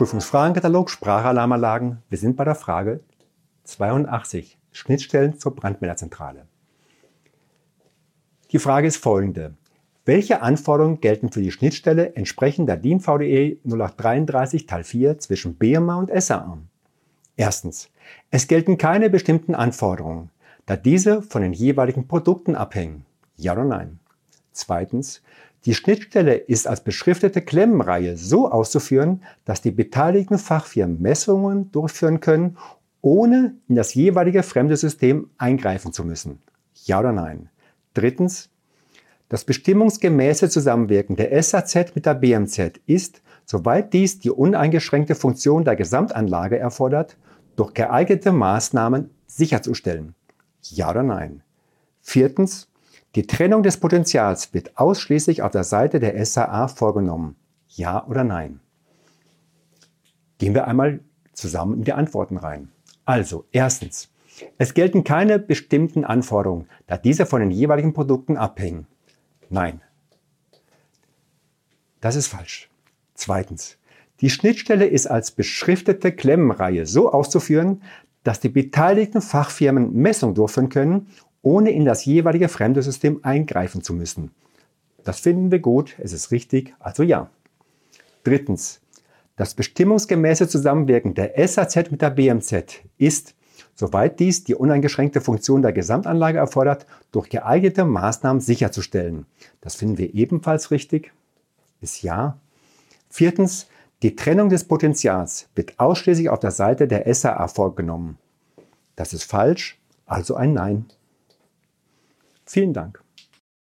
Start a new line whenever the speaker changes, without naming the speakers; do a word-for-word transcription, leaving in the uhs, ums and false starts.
Prüfungsfragenkatalog Sprachalarmanlagen. Wir sind bei der Frage zweiundachtzig. Schnittstellen zur Brandmelderzentrale. Die Frage ist folgende. Welche Anforderungen gelten für die Schnittstelle entsprechend der DIN V D E null acht dreiunddreißig Teil vier zwischen B M A und S A A? Erstens. Es gelten keine bestimmten Anforderungen, da diese von den jeweiligen Produkten abhängen. Ja oder nein? Zweitens. Die Schnittstelle ist als beschriftete Klemmenreihe so auszuführen, dass die beteiligten Fachfirmen Messungen durchführen können, ohne in das jeweilige fremde System eingreifen zu müssen. Ja oder nein? Drittens. Das bestimmungsgemäße Zusammenwirken der S A Z mit der B M Z ist, soweit dies die uneingeschränkte Funktion der Gesamtanlage erfordert, durch geeignete Maßnahmen sicherzustellen. Ja oder nein? Viertens. Die Trennung des Potentials wird ausschließlich auf der Seite der S A A vorgenommen. Ja oder nein? Gehen wir einmal zusammen in die Antworten rein. Also, erstens. Es gelten keine bestimmten Anforderungen, da diese von den jeweiligen Produkten abhängen. Nein. Das ist falsch. Zweitens. Die Schnittstelle ist als beschriftete Klemmenreihe so auszuführen, dass die beteiligten Fachfirmen Messungen durchführen können, ohne in das jeweilige fremde System eingreifen zu müssen. Das finden wir gut, es ist richtig, also ja. Drittens. Das bestimmungsgemäße Zusammenwirken der S A Z mit der B M Z ist, soweit dies die uneingeschränkte Funktion der Gesamtanlage erfordert, durch geeignete Maßnahmen sicherzustellen. Das finden wir ebenfalls richtig, ist ja. Viertens. Die Trennung des Potentials wird ausschließlich auf der Seite der S A A vorgenommen. Das ist falsch, also ein Nein. Vielen Dank.